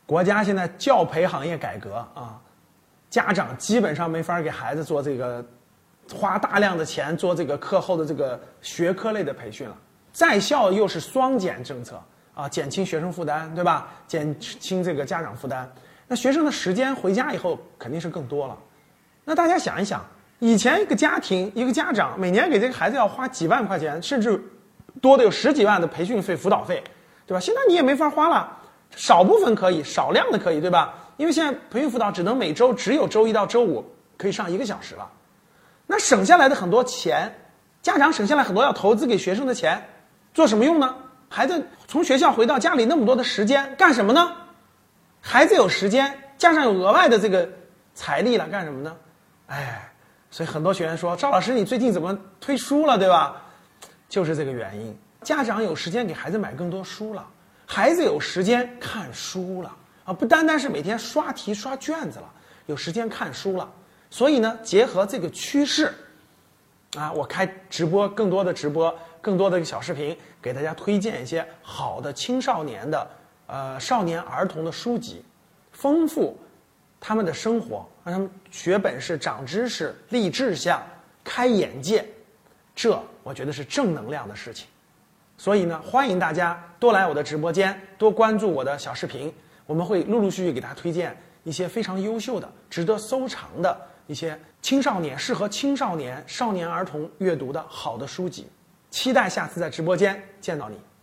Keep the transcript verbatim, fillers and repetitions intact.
国家现在教培行业改革啊，家长基本上没法给孩子做这个，花大量的钱做这个课后的这个学科类的培训了。在校又是双减政策啊，减轻学生负担，对吧？减轻这个家长负担。那学生的时间回家以后肯定是更多了。那大家想一想，以前一个家庭一个家长每年给这个孩子要花几万块钱，甚至多的有十几万的培训费、辅导费，对吧？现在你也没法花了。少部分可以，少量的可以，对吧？因为现在培训辅导只能每周只有周一到周五可以上一个小时了，那省下来的很多钱，家长省下来很多要投资给学生的钱，做什么用呢？孩子从学校回到家里那么多的时间干什么呢？孩子有时间，加上有额外的这个财力了，干什么呢？哎，所以很多学员说，赵老师你最近怎么推书了，对吧？就是这个原因，家长有时间给孩子买更多书了。孩子有时间看书了啊，不单单是每天刷题刷卷子了，有时间看书了。所以呢，结合这个趋势，啊，我开直播，更多的直播，更多的小视频，给大家推荐一些好的青少年的呃少年儿童的书籍，丰富他们的生活，让他们学本事、长知识、立志向、开眼界，这我觉得是正能量的事情。所以呢，欢迎大家多来我的直播间，多关注我的小视频，我们会陆陆续续给大家推荐一些非常优秀的、值得收藏的一些青少年适合青少年、少年儿童阅读的好的书籍。期待下次在直播间见到你。